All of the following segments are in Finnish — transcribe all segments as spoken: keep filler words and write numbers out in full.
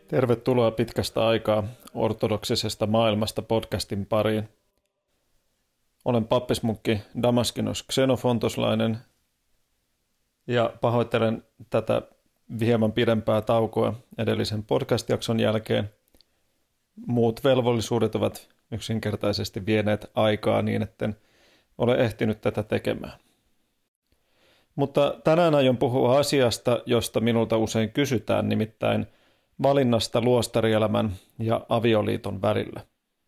Tervetuloa pitkästä aikaa ortodoksisesta maailmasta podcastin pariin. Olen pappismunkki Damaskinos Xenofontoslainen ja pahoittelen tätä hieman pidempää taukoa edellisen podcast-jakson jälkeen. Muut velvollisuudet ovat yksinkertaisesti vieneet aikaa niin, etten ole ehtinyt tätä tekemään. Mutta tänään aion puhua asiasta, josta minulta usein kysytään, nimittäin valinnasta luostarielämän ja avioliiton välillä.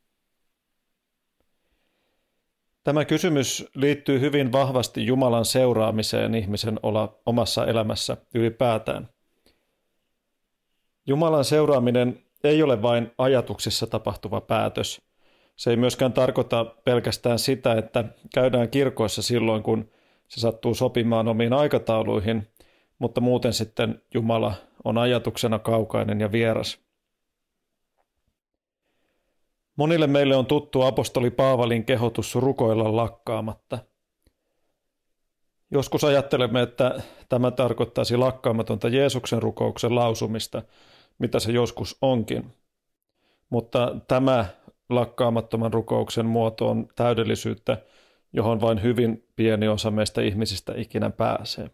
Tämä kysymys liittyy hyvin vahvasti Jumalan seuraamiseen ihmisen olla omassa elämässä ylipäätään. Jumalan seuraaminen ei ole vain ajatuksissa tapahtuva päätös. Se ei myöskään tarkoita pelkästään sitä, että käydään kirkoissa silloin, kun se sattuu sopimaan omiin aikatauluihin, mutta muuten sitten Jumala on ajatuksena kaukainen ja vieras. Monille meille on tuttu apostoli Paavalin kehotus rukoilla lakkaamatta. Joskus ajattelemme, että tämä tarkoittaisi lakkaamatonta Jeesuksen rukouksen lausumista, mitä se joskus onkin. Mutta tämä lakkaamattoman rukouksen muoto on täydellisyyttä, johon vain hyvin pieni osa meistä ihmisistä ikinä pääsee.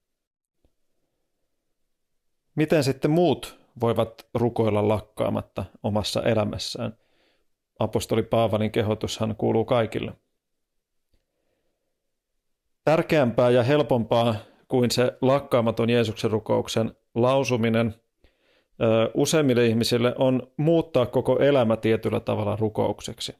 Miten sitten muut voivat rukoilla lakkaamatta omassa elämässään? Apostoli Paavalin kehotushan kuuluu kaikille. Tärkeämpää ja helpompaa kuin se lakkaamaton Jeesuksen rukouksen lausuminen useimmille ihmisille on muuttaa koko elämä tietyllä tavalla rukoukseksi.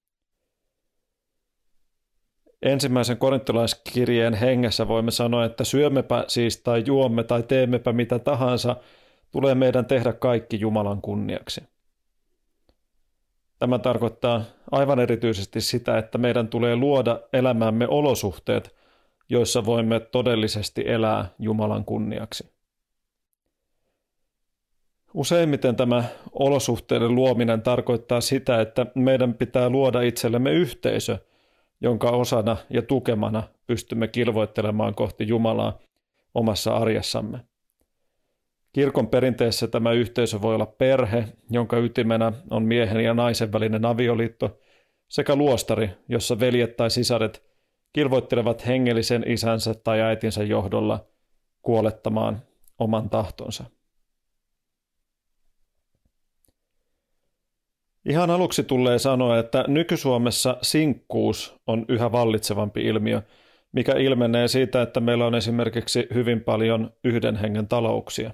Ensimmäisen korintolaiskirjeen hengessä voimme sanoa, että syömmepä siis tai juomme tai teemmepä mitä tahansa, tulee meidän tehdä kaikki Jumalan kunniaksi. Tämä tarkoittaa aivan erityisesti sitä, että meidän tulee luoda elämämme olosuhteet, joissa voimme todellisesti elää Jumalan kunniaksi. Useimmiten tämä olosuhteiden luominen tarkoittaa sitä, että meidän pitää luoda itsellemme yhteisö, jonka osana ja tukemana pystymme kilvoittelemaan kohti Jumalaa omassa arjessamme. Kirkon perinteessä tämä yhteisö voi olla perhe, jonka ytimenä on miehen ja naisen välinen avioliitto, sekä luostari, jossa veljet tai sisaret kilvoittelevat hengellisen isänsä tai äitinsä johdolla kuolettamaan oman tahtonsa. Ihan aluksi tulee sanoa, että nyky-Suomessa sinkkuus on yhä vallitsevampi ilmiö, mikä ilmenee siitä, että meillä on esimerkiksi hyvin paljon yhden hengen talouksia.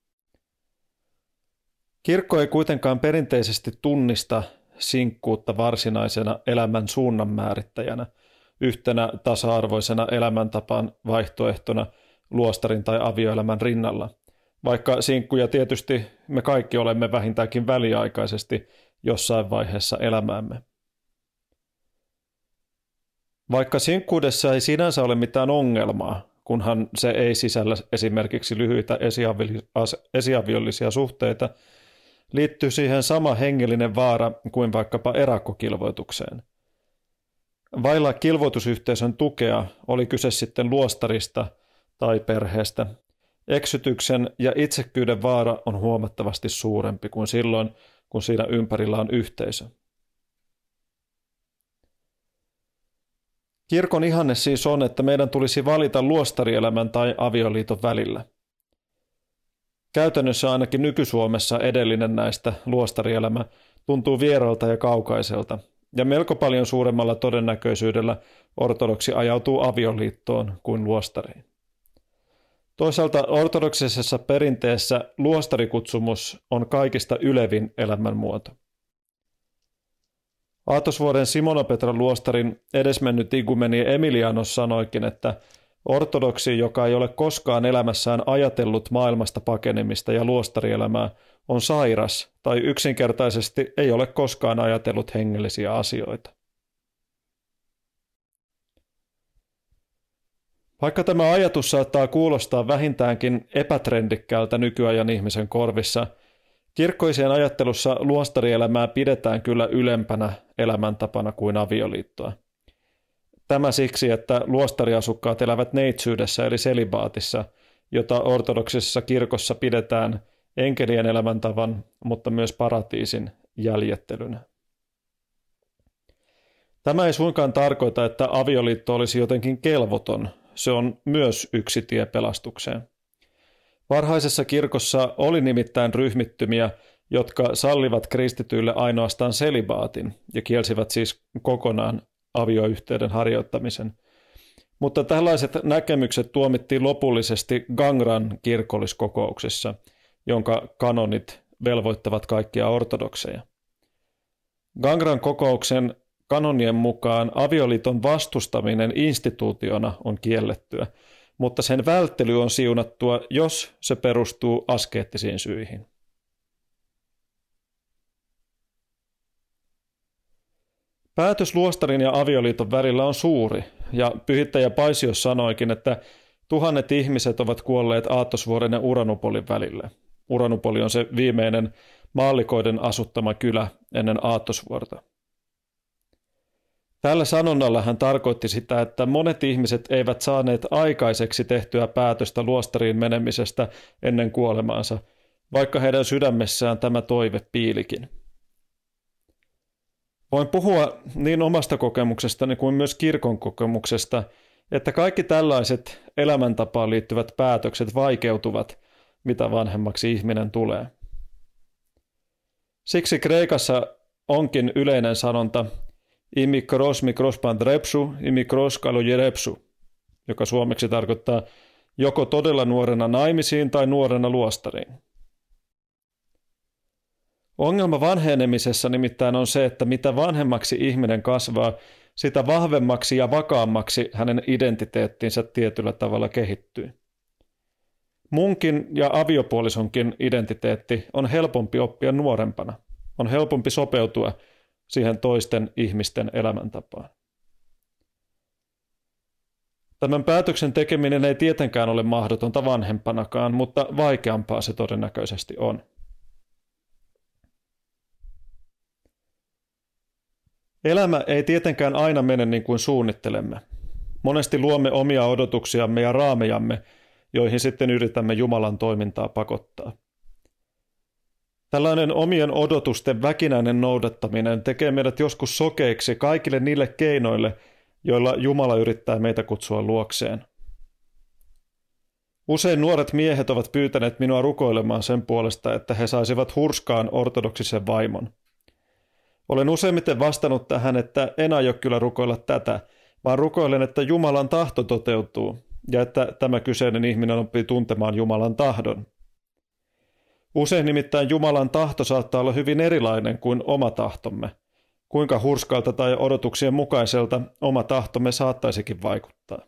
Kirkko ei kuitenkaan perinteisesti tunnista sinkkuutta varsinaisena elämän suunnan määrittäjänä, yhtenä tasa-arvoisena elämäntapaan vaihtoehtona luostarin tai avioelämän rinnalla, vaikka sinkkuja tietysti me kaikki olemme vähintäänkin väliaikaisesti jossain vaiheessa elämäämme. Vaikka sinkkuudessa ei sinänsä ole mitään ongelmaa, kunhan se ei sisällä esimerkiksi lyhyitä esiaviollisia suhteita, liittyy siihen sama hengellinen vaara kuin vaikkapa erakkokilvoitukseen. Vailla kilvoitusyhteisön tukea, oli kyse sitten luostarista tai perheestä, eksytyksen ja itsekkyyden vaara on huomattavasti suurempi kuin silloin, kun siinä ympärillä on yhteisö. Kirkon ihanne siis on, että meidän tulisi valita luostarielämän tai avioliiton välillä. Käytännössä ainakin nyky-Suomessa edellinen näistä, luostarielämä, tuntuu vieraalta ja kaukaiselta, ja melko paljon suuremmalla todennäköisyydellä ortodoksi ajautuu avioliittoon kuin luostariin. Toisaalta ortodoksisessa perinteessä luostarikutsumus on kaikista ylevin elämänmuoto. Aatosvuoden Simonopetra luostarin edesmennyt igumeni Emilianos sanoikin, että ortodoksi, joka ei ole koskaan elämässään ajatellut maailmasta pakenemista ja luostarielämää, on sairas tai yksinkertaisesti ei ole koskaan ajatellut hengellisiä asioita. Vaikka tämä ajatus saattaa kuulostaa vähintäänkin epätrendikkäältä nykyajan ihmisen korvissa, kirkkoiseen ajattelussa luostarielämää pidetään kyllä ylempänä elämäntapana kuin avioliittoa. Tämä siksi, että luostariasukkaat elävät neitsyydessä eli selibaatissa, jota ortodoksisessa kirkossa pidetään enkelien elämäntavan, mutta myös paratiisin jäljittelynä. Tämä ei suinkaan tarkoita, että avioliitto olisi jotenkin kelvoton. Se on myös yksi tie pelastukseen. Varhaisessa kirkossa oli nimittäin ryhmittymiä, jotka sallivat kristityille ainoastaan selibaatin ja kielsivät siis kokonaan avioyhteyden harjoittamisen. Mutta tällaiset näkemykset tuomittiin lopullisesti Gangran kirkolliskokouksessa, jonka kanonit velvoittavat kaikkia ortodokseja. Gangran kokouksen kanonien mukaan avioliiton vastustaminen instituutiona on kiellettyä, mutta sen välttely on siunattua, jos se perustuu askeettisiin syihin. Päätös luostarin ja avioliiton välillä on suuri, ja pyhittäjä Paisios sanoikin, että tuhannet ihmiset ovat kuolleet Aattosvuoren ja Uranupolin välille. Uranupoli on se viimeinen maallikoiden asuttama kylä ennen Aattosvuorta. Tällä sanonnalla hän tarkoitti sitä, että monet ihmiset eivät saaneet aikaiseksi tehtyä päätöstä luostariin menemisestä ennen kuolemaansa, vaikka heidän sydämessään tämä toive piilikin. Voin puhua niin omasta kokemuksestani kuin myös kirkon kokemuksesta, että kaikki tällaiset elämäntapaan liittyvät päätökset vaikeutuvat, mitä vanhemmaksi ihminen tulee. Siksi Kreikassa onkin yleinen sanonta imikros mikros pandrepsu, imikros kalojerepsu, joka suomeksi tarkoittaa joko todella nuorena naimisiin tai nuorena luostariin. Ongelma vanhenemisessa nimittäin on se, että mitä vanhemmaksi ihminen kasvaa, sitä vahvemmaksi ja vakaammaksi hänen identiteettinsä tietyllä tavalla kehittyy. Munkin ja aviopuolisonkin identiteetti on helpompi oppia nuorempana. On helpompi sopeutua siihen toisten ihmisten elämäntapaan. Tämän päätöksen tekeminen ei tietenkään ole mahdotonta vanhempanakaan, mutta vaikeampaa se todennäköisesti on. Elämä ei tietenkään aina mene niin kuin suunnittelemme. Monesti luomme omia odotuksiamme ja raamejamme, joihin sitten yritämme Jumalan toimintaa pakottaa. Tällainen omien odotusten väkinäinen noudattaminen tekee meidät joskus sokeiksi kaikille niille keinoille, joilla Jumala yrittää meitä kutsua luokseen. Usein nuoret miehet ovat pyytäneet minua rukoilemaan sen puolesta, että he saisivat hurskaan ortodoksisen vaimon. Olen useimmiten vastannut tähän, että en aio kyllä rukoilla tätä, vaan rukoilen, että Jumalan tahto toteutuu ja että tämä kyseinen ihminen oppii tuntemaan Jumalan tahdon. Usein nimittäin Jumalan tahto saattaa olla hyvin erilainen kuin oma tahtomme. Kuinka hurskalta tai odotuksien mukaiselta oma tahtomme saattaisikin vaikuttaa.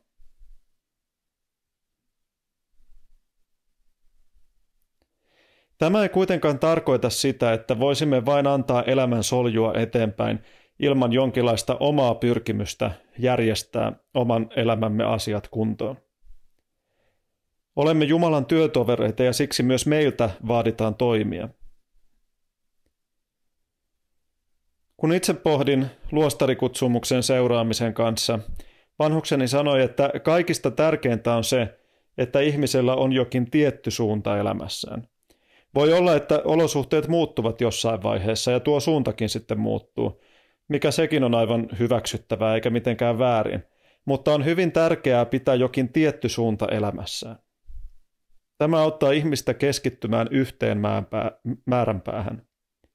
Tämä ei kuitenkaan tarkoita sitä, että voisimme vain antaa elämän soljua eteenpäin ilman jonkinlaista omaa pyrkimystä järjestää oman elämämme asiat kuntoon. Olemme Jumalan työtovereita ja siksi myös meiltä vaaditaan toimia. Kun itse pohdin luostarikutsumuksen seuraamisen kanssa, vanhukseni sanoi, että kaikista tärkeintä on se, että ihmisellä on jokin tietty suunta elämässään. Voi olla, että olosuhteet muuttuvat jossain vaiheessa ja tuo suuntakin sitten muuttuu, mikä sekin on aivan hyväksyttävää eikä mitenkään väärin, mutta on hyvin tärkeää pitää jokin tietty suunta elämässään. Tämä auttaa ihmistä keskittymään yhteen määränpäähän.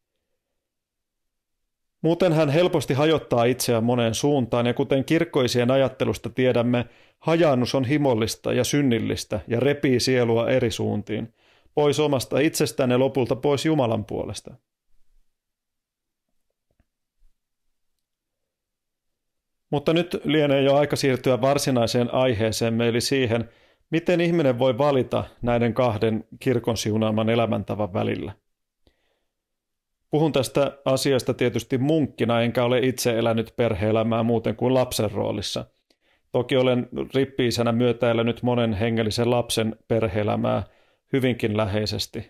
Muuten hän helposti hajottaa itseään moneen suuntaan ja kuten kirkkoisien ajattelusta tiedämme, hajaannus on himollista ja synnillistä ja repii sielua eri suuntiin, pois omasta itsestään ja lopulta pois Jumalan puolesta. Mutta nyt lienee jo aika siirtyä varsinaiseen aiheeseemme, eli siihen, miten ihminen voi valita näiden kahden kirkon siunaaman elämäntavan välillä. Puhun tästä asiasta tietysti munkkina, enkä ole itse elänyt perhe-elämää muuten kuin lapsen roolissa. Toki olen rippi-isänä myötäelänyt monen hengellisen lapsen perhe-elämää hyvinkin läheisesti.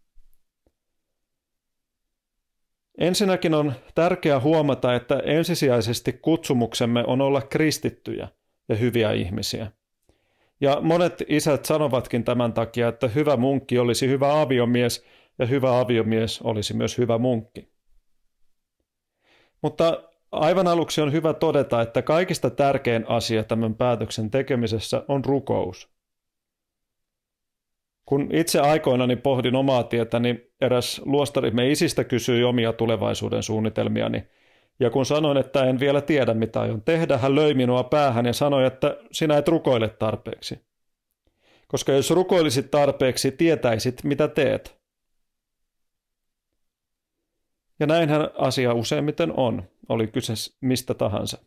Ensinnäkin on tärkeää huomata, että ensisijaisesti kutsumuksemme on olla kristittyjä ja hyviä ihmisiä. Ja monet isät sanovatkin tämän takia, että hyvä munkki olisi hyvä aviomies ja hyvä aviomies olisi myös hyvä munkki. Mutta aivan aluksi on hyvä todeta, että kaikista tärkein asia tämän päätöksen tekemisessä on rukous. Kun itse aikoinani pohdin omaa tietäni, eräs luostarimme isistä kysyi omia tulevaisuuden suunnitelmiani, ja kun sanoin, että en vielä tiedä mitä aion tehdä, hän löi minua päähän ja sanoi, että sinä et rukoile tarpeeksi. Koska jos rukoilisit tarpeeksi, tietäisit mitä teet. Ja näinhän asia useimmiten on, oli kyse mistä tahansa.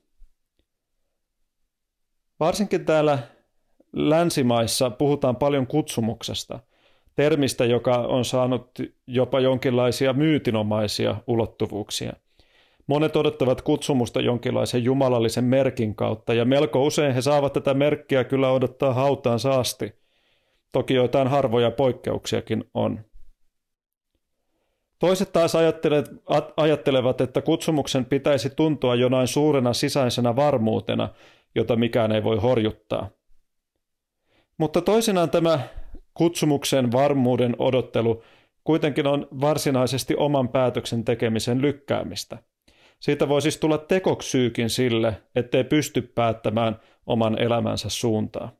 Varsinkin täällä länsimaissa puhutaan paljon kutsumuksesta, termistä, joka on saanut jopa jonkinlaisia myytinomaisia ulottuvuuksia. Monet odottavat kutsumusta jonkinlaisen jumalallisen merkin kautta, ja melko usein he saavat tätä merkkiä kyllä odottaa hautaansa asti. Toki joitain harvoja poikkeuksiakin on. Toiset taas ajattelevat, että kutsumuksen pitäisi tuntua jonain suurena sisäisenä varmuutena, jota mikään ei voi horjuttaa. Mutta toisinaan tämä kutsumuksen varmuuden odottelu kuitenkin on varsinaisesti oman päätöksen tekemisen lykkäämistä. Siitä voi siis tulla tekoksyykin sille, ettei pysty päättämään oman elämänsä suuntaa.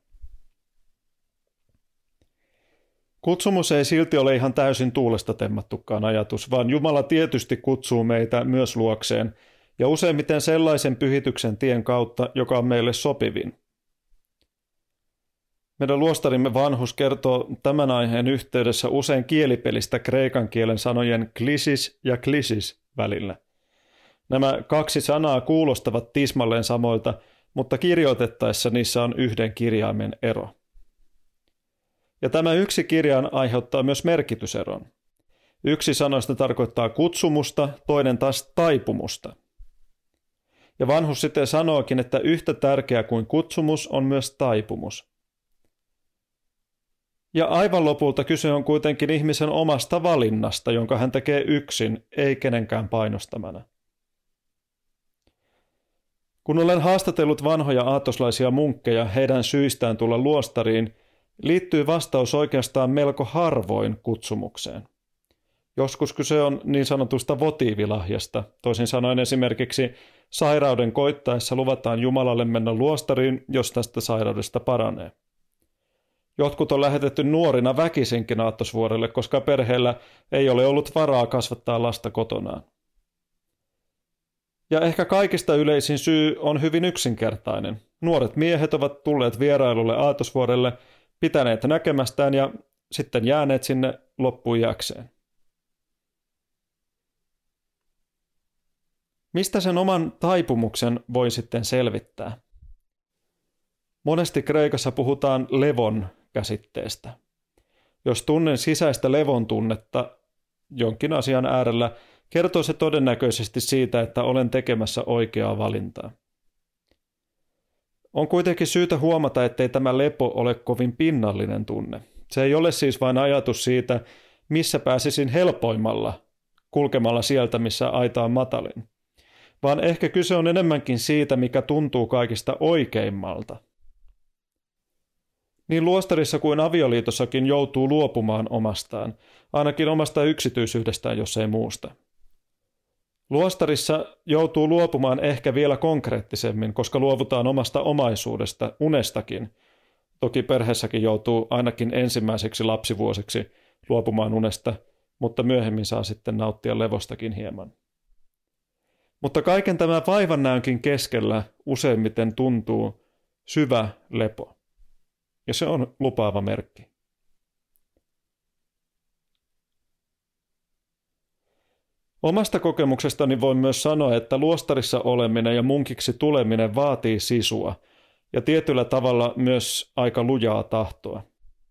Kutsumus ei silti ole ihan täysin tuulesta temmattukaan ajatus, vaan Jumala tietysti kutsuu meitä myös luokseen, ja useimmiten sellaisen pyhityksen tien kautta, joka on meille sopivin. Meidän luostarimme vanhus kertoo tämän aiheen yhteydessä usein kielipelistä kreikan kielen sanojen klisis ja klisis välillä. Nämä kaksi sanaa kuulostavat tismalleen samoilta, mutta kirjoitettaessa niissä on yhden kirjaimen ero. Ja tämä yksi kirjain aiheuttaa myös merkityseron. Yksi sanoista tarkoittaa kutsumusta, toinen taas taipumusta. Ja vanhus sitten sanookin, että yhtä tärkeä kuin kutsumus on myös taipumus. Ja aivan lopulta kyse on kuitenkin ihmisen omasta valinnasta, jonka hän tekee yksin, ei kenenkään painostamana. Kun olen haastatellut vanhoja aatoslaisia munkkeja heidän syistään tulla luostariin, liittyy vastaus oikeastaan melko harvoin kutsumukseen. Joskus kyse on niin sanotusta votiivilahjasta, toisin sanoen esimerkiksi sairauden koittaessa luvataan Jumalalle mennä luostariin, jos tästä sairaudesta paranee. Jotkut on lähetetty nuorina väkisinkin aattosvuorelle, koska perheellä ei ole ollut varaa kasvattaa lasta kotonaan. Ja ehkä kaikista yleisin syy on hyvin yksinkertainen. Nuoret miehet ovat tulleet vierailulle aattosvuorelle, pitäneet näkemästään ja sitten jääneet sinne loppuiäkseen. Mistä sen oman taipumuksen voi sitten selvittää? Monesti Kreikassa puhutaan levon käsitteestä. Jos tunnen sisäistä levon tunnetta jonkin asian äärellä, kertoo se todennäköisesti siitä, että olen tekemässä oikeaa valintaa. On kuitenkin syytä huomata, ettei tämä lepo ole kovin pinnallinen tunne. Se ei ole siis vain ajatus siitä, missä pääsisin helpoimmalla, kulkemalla sieltä, missä aita on matalin, vaan ehkä kyse on enemmänkin siitä, mikä tuntuu kaikista oikeimmalta. Niin luostarissa kuin avioliitossakin joutuu luopumaan omastaan, ainakin omasta yksityisyydestään, jos ei muusta. Luostarissa joutuu luopumaan ehkä vielä konkreettisemmin, koska luovutaan omasta omaisuudesta, unestakin. Toki perheessäkin joutuu ainakin ensimmäiseksi lapsivuosiksi luopumaan unesta, mutta myöhemmin saa sitten nauttia levostakin hieman. Mutta kaiken tämän vaivannäönkin keskellä useimmiten tuntuu syvä lepo. Ja se on lupaava merkki. Omasta kokemuksestani voin myös sanoa, että luostarissa oleminen ja munkiksi tuleminen vaatii sisua ja tietyllä tavalla myös aika lujaa tahtoa.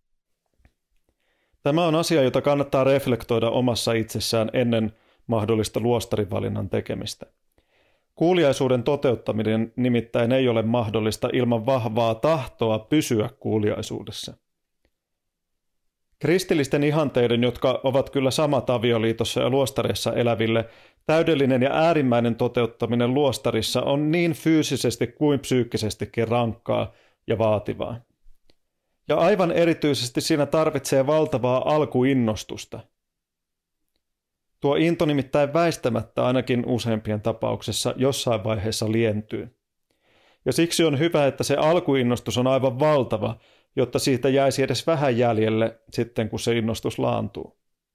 Tämä on asia, jota kannattaa reflektoida omassa itsessään ennen mahdollista luostarivalinnan tekemistä. Kuuliaisuuden toteuttaminen nimittäin ei ole mahdollista ilman vahvaa tahtoa pysyä kuuliaisuudessa. Kristillisten ihanteiden, jotka ovat kyllä samat avioliitossa ja luostareissa eläville, täydellinen ja äärimmäinen toteuttaminen luostarissa on niin fyysisesti kuin psyykkisestikin rankkaa ja vaativaa. Ja aivan erityisesti siinä tarvitsee valtavaa alkuinnostusta. Tuo into nimittäin väistämättä ainakin useimpien tapauksessa jossain vaiheessa lientyy. Ja siksi on hyvä, että se alkuinnostus on aivan valtava, jotta siitä jäisi edes vähän jäljelle sitten, kun se innostus laantuu.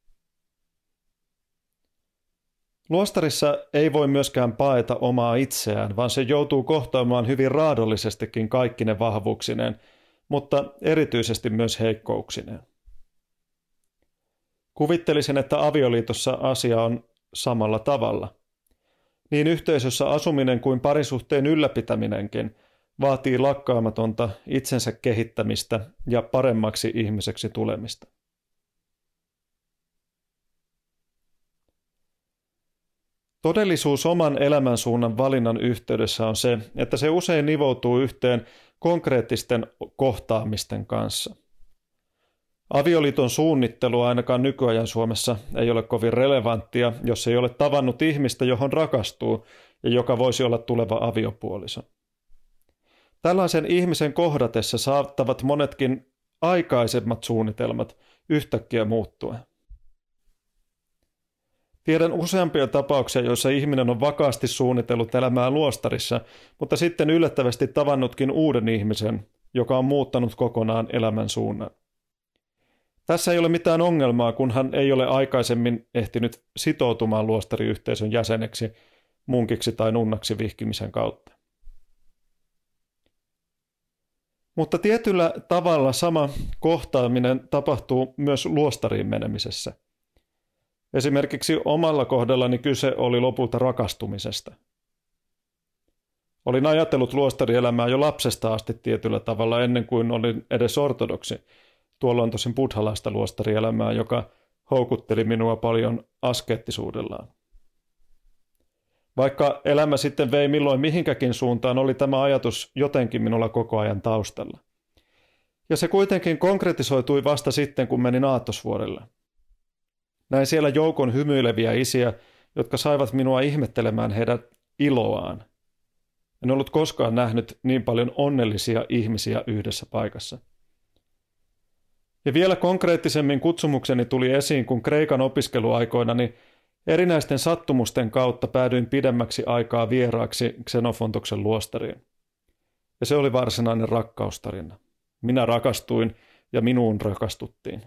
Luostarissa ei voi myöskään paeta omaa itseään, vaan se joutuu kohtaamaan hyvin raadollisestikin kaikki ne vahvuuksineen, mutta erityisesti myös heikkouksineen. Kuvittelisin, että avioliitossa asia on samalla tavalla. Niin yhteisössä asuminen kuin parisuhteen ylläpitäminenkin vaatii lakkaamatonta itsensä kehittämistä ja paremmaksi ihmiseksi tulemista. Todellisuus oman elämänsuunnan valinnan yhteydessä on se, että se usein nivoutuu yhteen konkreettisten kohtaamisten kanssa. Avioliiton suunnittelu ainakaan nykyajan Suomessa ei ole kovin relevanttia, jos ei ole tavannut ihmistä, johon rakastuu ja joka voisi olla tuleva aviopuoliso. Tällaisen ihmisen kohdatessa saattavat monetkin aikaisemmat suunnitelmat yhtäkkiä muuttua. Tiedän useampia tapauksia, joissa ihminen on vakaasti suunnitellut elämää luostarissa, mutta sitten yllättävästi tavannutkin uuden ihmisen, joka on muuttanut kokonaan elämän suunnan. Tässä ei ole mitään ongelmaa, kun hän ei ole aikaisemmin ehtinyt sitoutumaan luostariyhteisön jäseneksi, munkiksi tai nunnaksi vihkimisen kautta. Mutta tietyllä tavalla sama kohtaaminen tapahtuu myös luostariin menemisessä. Esimerkiksi omalla kohdallani kyse oli lopulta rakastumisesta. Olin ajatellut luostarielämää jo lapsesta asti tietyllä tavalla ennen kuin olin edes ortodoksi. Tuolla on tosin buddhalaista luostarielämää, joka houkutteli minua paljon askeettisuudellaan. Vaikka elämä sitten vei milloin mihinkäkin suuntaan, oli tämä ajatus jotenkin minulla koko ajan taustalla. Ja se kuitenkin konkretisoitui vasta sitten, kun menin Aattosvuorelle. Näin siellä joukon hymyileviä isiä, jotka saivat minua ihmettelemään heidän iloaan. En ollut koskaan nähnyt niin paljon onnellisia ihmisiä yhdessä paikassa. Ja vielä konkreettisemmin kutsumukseni tuli esiin, kun Kreikan opiskeluaikoinani erinäisten sattumusten kautta päädyin pidemmäksi aikaa vieraaksi Xenofontoksen luostariin. Ja se oli varsinainen rakkaustarina. Minä rakastuin ja minuun rakastuttiin.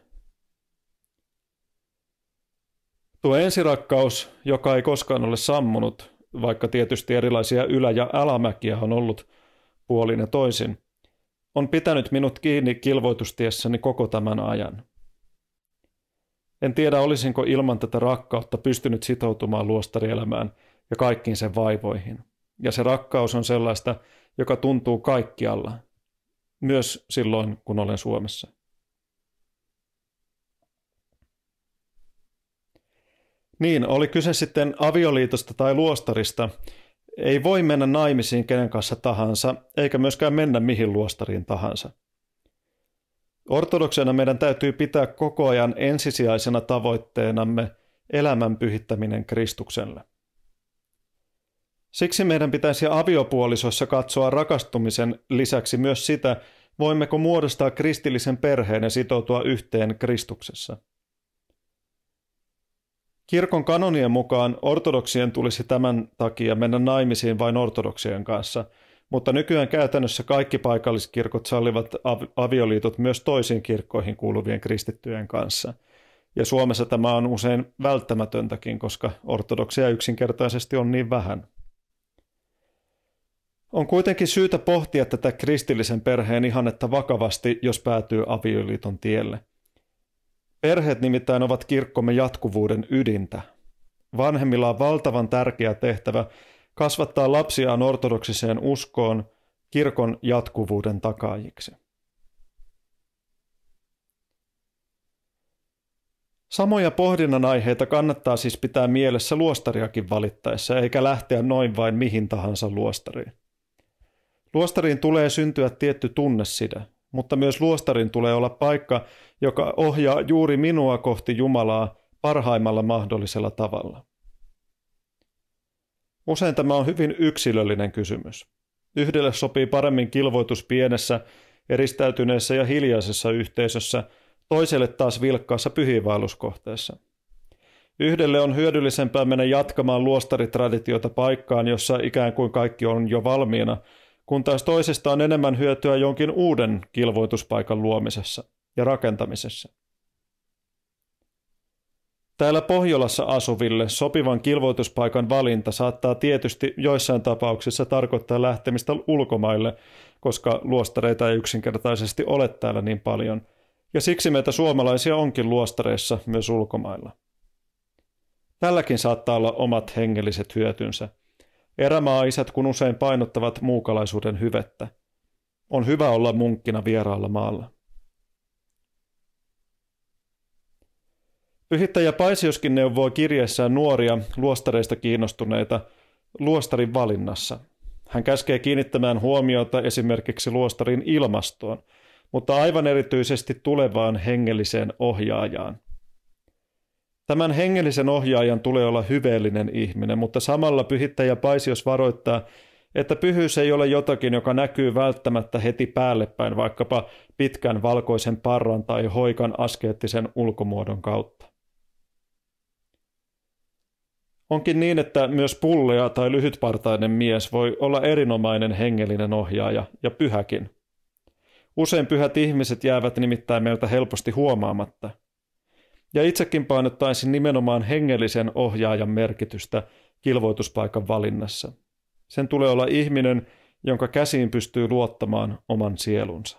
Tuo ensirakkaus, joka ei koskaan ole sammunut, vaikka tietysti erilaisia ylä- ja alamäkiä on ollut puolin ja toisin, on pitänyt minut kiinni kilvoitustiessäni koko tämän ajan. En tiedä, olisinko ilman tätä rakkautta pystynyt sitoutumaan luostarielämään ja kaikkiin sen vaivoihin. Ja se rakkaus on sellaista, joka tuntuu kaikkialla, myös silloin, kun olen Suomessa. Niin, oli kyse sitten avioliitosta tai luostarista, ei voi mennä naimisiin kenen kanssa tahansa, eikä myöskään mennä mihin luostariin tahansa. Ortodoksena meidän täytyy pitää koko ajan ensisijaisena tavoitteenamme elämän pyhittäminen Kristukselle. Siksi meidän pitäisi aviopuolisossa katsoa rakastumisen lisäksi myös sitä, voimmeko muodostaa kristillisen perheen ja sitoutua yhteen Kristuksessa. Kirkon kanonien mukaan ortodoksien tulisi tämän takia mennä naimisiin vain ortodoksien kanssa, mutta nykyään käytännössä kaikki paikalliskirkot sallivat av- avioliitot myös toisiin kirkkoihin kuuluvien kristittyjen kanssa. Ja Suomessa tämä on usein välttämätöntäkin, koska ortodoksia yksinkertaisesti on niin vähän. On kuitenkin syytä pohtia tätä kristillisen perheen ihannetta vakavasti, jos päätyy avioliiton tielle. Perheet nimittäin ovat kirkkomme jatkuvuuden ydintä. Vanhemmilla on valtavan tärkeä tehtävä kasvattaa lapsiaan ortodoksiseen uskoon kirkon jatkuvuuden takaajiksi. Samoja pohdinnan aiheita kannattaa siis pitää mielessä luostariakin valittaessa, eikä lähteä noin vain mihin tahansa luostariin. Luostariin tulee syntyä tietty tunneside, mutta myös luostarin tulee olla paikka, joka ohjaa juuri minua kohti Jumalaa parhaimmalla mahdollisella tavalla. Usein tämä on hyvin yksilöllinen kysymys. Yhdelle sopii paremmin kilvoitus pienessä, eristäytyneessä ja hiljaisessa yhteisössä, toiselle taas vilkkaassa pyhiinvaelluskohteessa. Yhdelle on hyödyllisempää mennä jatkamaan luostaritraditiota paikkaan, jossa ikään kuin kaikki on jo valmiina, kun taas toisesta on enemmän hyötyä jonkin uuden kilvoituspaikan luomisessa ja rakentamisessa. Täällä Pohjolassa asuville sopivan kilvoituspaikan valinta saattaa tietysti joissain tapauksissa tarkoittaa lähtemistä ulkomaille, koska luostareita ei yksinkertaisesti ole täällä niin paljon, ja siksi meitä suomalaisia onkin luostareissa myös ulkomailla. Tälläkin saattaa olla omat hengelliset hyötynsä. Erämaa-isät kun usein painottavat muukalaisuuden hyvettä. On hyvä olla munkkina vieraalla maalla. Pyhittäjä Paisioskin neuvoo kirjeessään nuoria luostareista kiinnostuneita luostarin valinnassa. Hän käskee kiinnittämään huomiota esimerkiksi luostarin ilmastoon, mutta aivan erityisesti tulevaan hengelliseen ohjaajaan. Tämän hengellisen ohjaajan tulee olla hyveellinen ihminen, mutta samalla pyhittäjä Paisios varoittaa, että pyhyys ei ole jotakin, joka näkyy välttämättä heti päällepäin, vaikkapa pitkän valkoisen parran tai hoikan askeettisen ulkomuodon kautta. Onkin niin, että myös pullea tai lyhytpartainen mies voi olla erinomainen hengellinen ohjaaja ja pyhäkin. Usein pyhät ihmiset jäävät nimittäin meiltä helposti huomaamatta. Ja itsekin painottaisin nimenomaan hengellisen ohjaajan merkitystä kilvoituspaikan valinnassa. Sen tulee olla ihminen, jonka käsiin pystyy luottamaan oman sielunsa.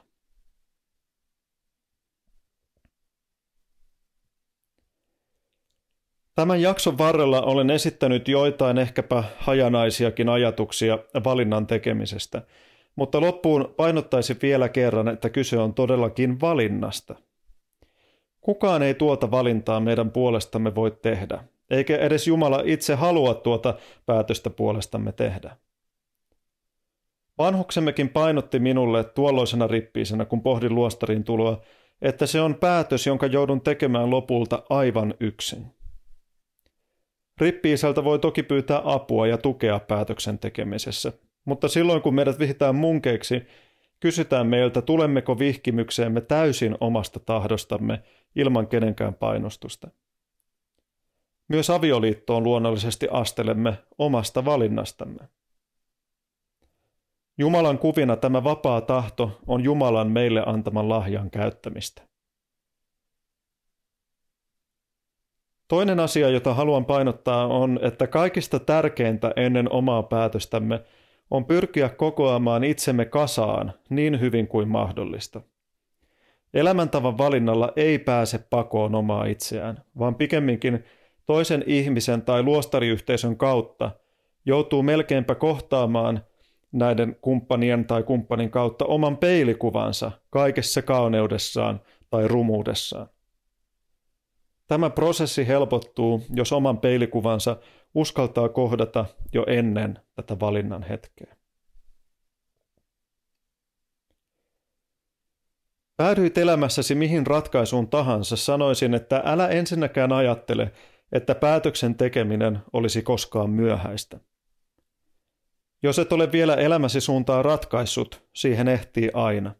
Tämän jakson varrella olen esittänyt joitain ehkäpä hajanaisiakin ajatuksia valinnan tekemisestä, mutta loppuun painottaisin vielä kerran, että kyse on todellakin valinnasta. Kukaan ei tuota valintaa meidän puolestamme voi tehdä, eikä edes Jumala itse halua tuota päätöstä puolestamme tehdä. Vanhuksemmekin painotti minulle tuolloisena rippiisenä, kun pohdin luostariin tuloa, että se on päätös, jonka joudun tekemään lopulta aivan yksin. Rippi-isältä voi toki pyytää apua ja tukea päätöksen tekemisessä, mutta silloin kun meidät vihitään munkeiksi, kysytään meiltä, tulemmeko vihkimykseemme täysin omasta tahdostamme ilman kenenkään painostusta. Myös avioliittoon luonnollisesti astelemme omasta valinnastamme. Jumalan kuvina tämä vapaa tahto on Jumalan meille antaman lahjan käyttämistä. Toinen asia, jota haluan painottaa, on, että kaikista tärkeintä ennen omaa päätöstämme on pyrkiä kokoamaan itsemme kasaan niin hyvin kuin mahdollista. Elämäntavan valinnalla ei pääse pakoon omaa itseään, vaan pikemminkin toisen ihmisen tai luostariyhteisön kautta joutuu melkeinpä kohtaamaan näiden kumppanien tai kumppanin kautta oman peilikuvansa kaikessa kauneudessaan tai rumuudessaan. Tämä prosessi helpottuu, jos oman peilikuvansa uskaltaa kohdata jo ennen tätä valinnan hetkeä. Päädyit elämässäsi mihin ratkaisuun tahansa, sanoisin, että älä ensinnäkään ajattele, että päätöksen tekeminen olisi koskaan myöhäistä. Jos et ole vielä elämäsi suuntaan ratkaissut, siihen ehtii aina.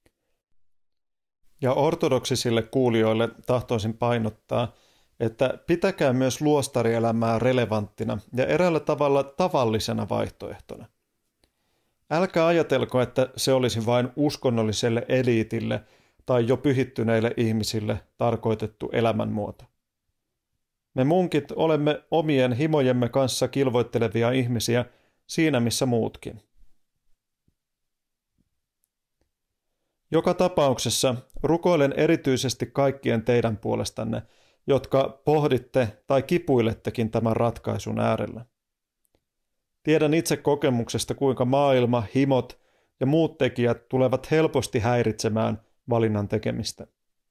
Ja ortodoksisille kuulijoille tahtoisin painottaa, että pitäkää myös luostarielämää relevanttina ja eräällä tavalla tavallisena vaihtoehtona. Älkää ajatelko, että se olisi vain uskonnolliselle eliitille tai jo pyhittyneille ihmisille tarkoitettu elämänmuoto. Me munkit olemme omien himojemme kanssa kilvoittelevia ihmisiä siinä missä muutkin. Joka tapauksessa rukoilen erityisesti kaikkien teidän puolestanne, jotka pohditte tai kipuilettekin tämän ratkaisun äärellä. Tiedän itse kokemuksesta, kuinka maailma, himot ja muut tekijät tulevat helposti häiritsemään valinnan tekemistä.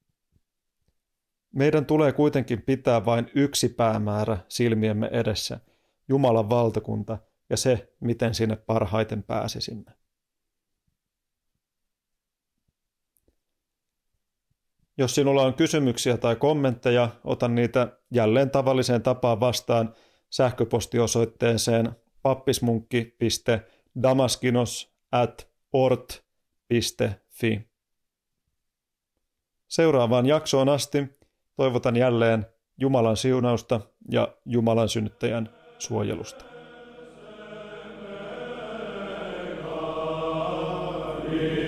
Meidän tulee kuitenkin pitää vain yksi päämäärä silmiemme edessä, Jumalan valtakunta ja se, miten sinne parhaiten pääsisimme. Jos sinulla on kysymyksiä tai kommentteja, otan niitä jälleen tavalliseen tapaan vastaan sähköpostiosoitteeseen pappismunkki piste damaskinos at ort piste fi. Seuraavaan jaksoon asti toivotan jälleen Jumalan siunausta ja Jumalan synnyttäjän suojelusta. Amen.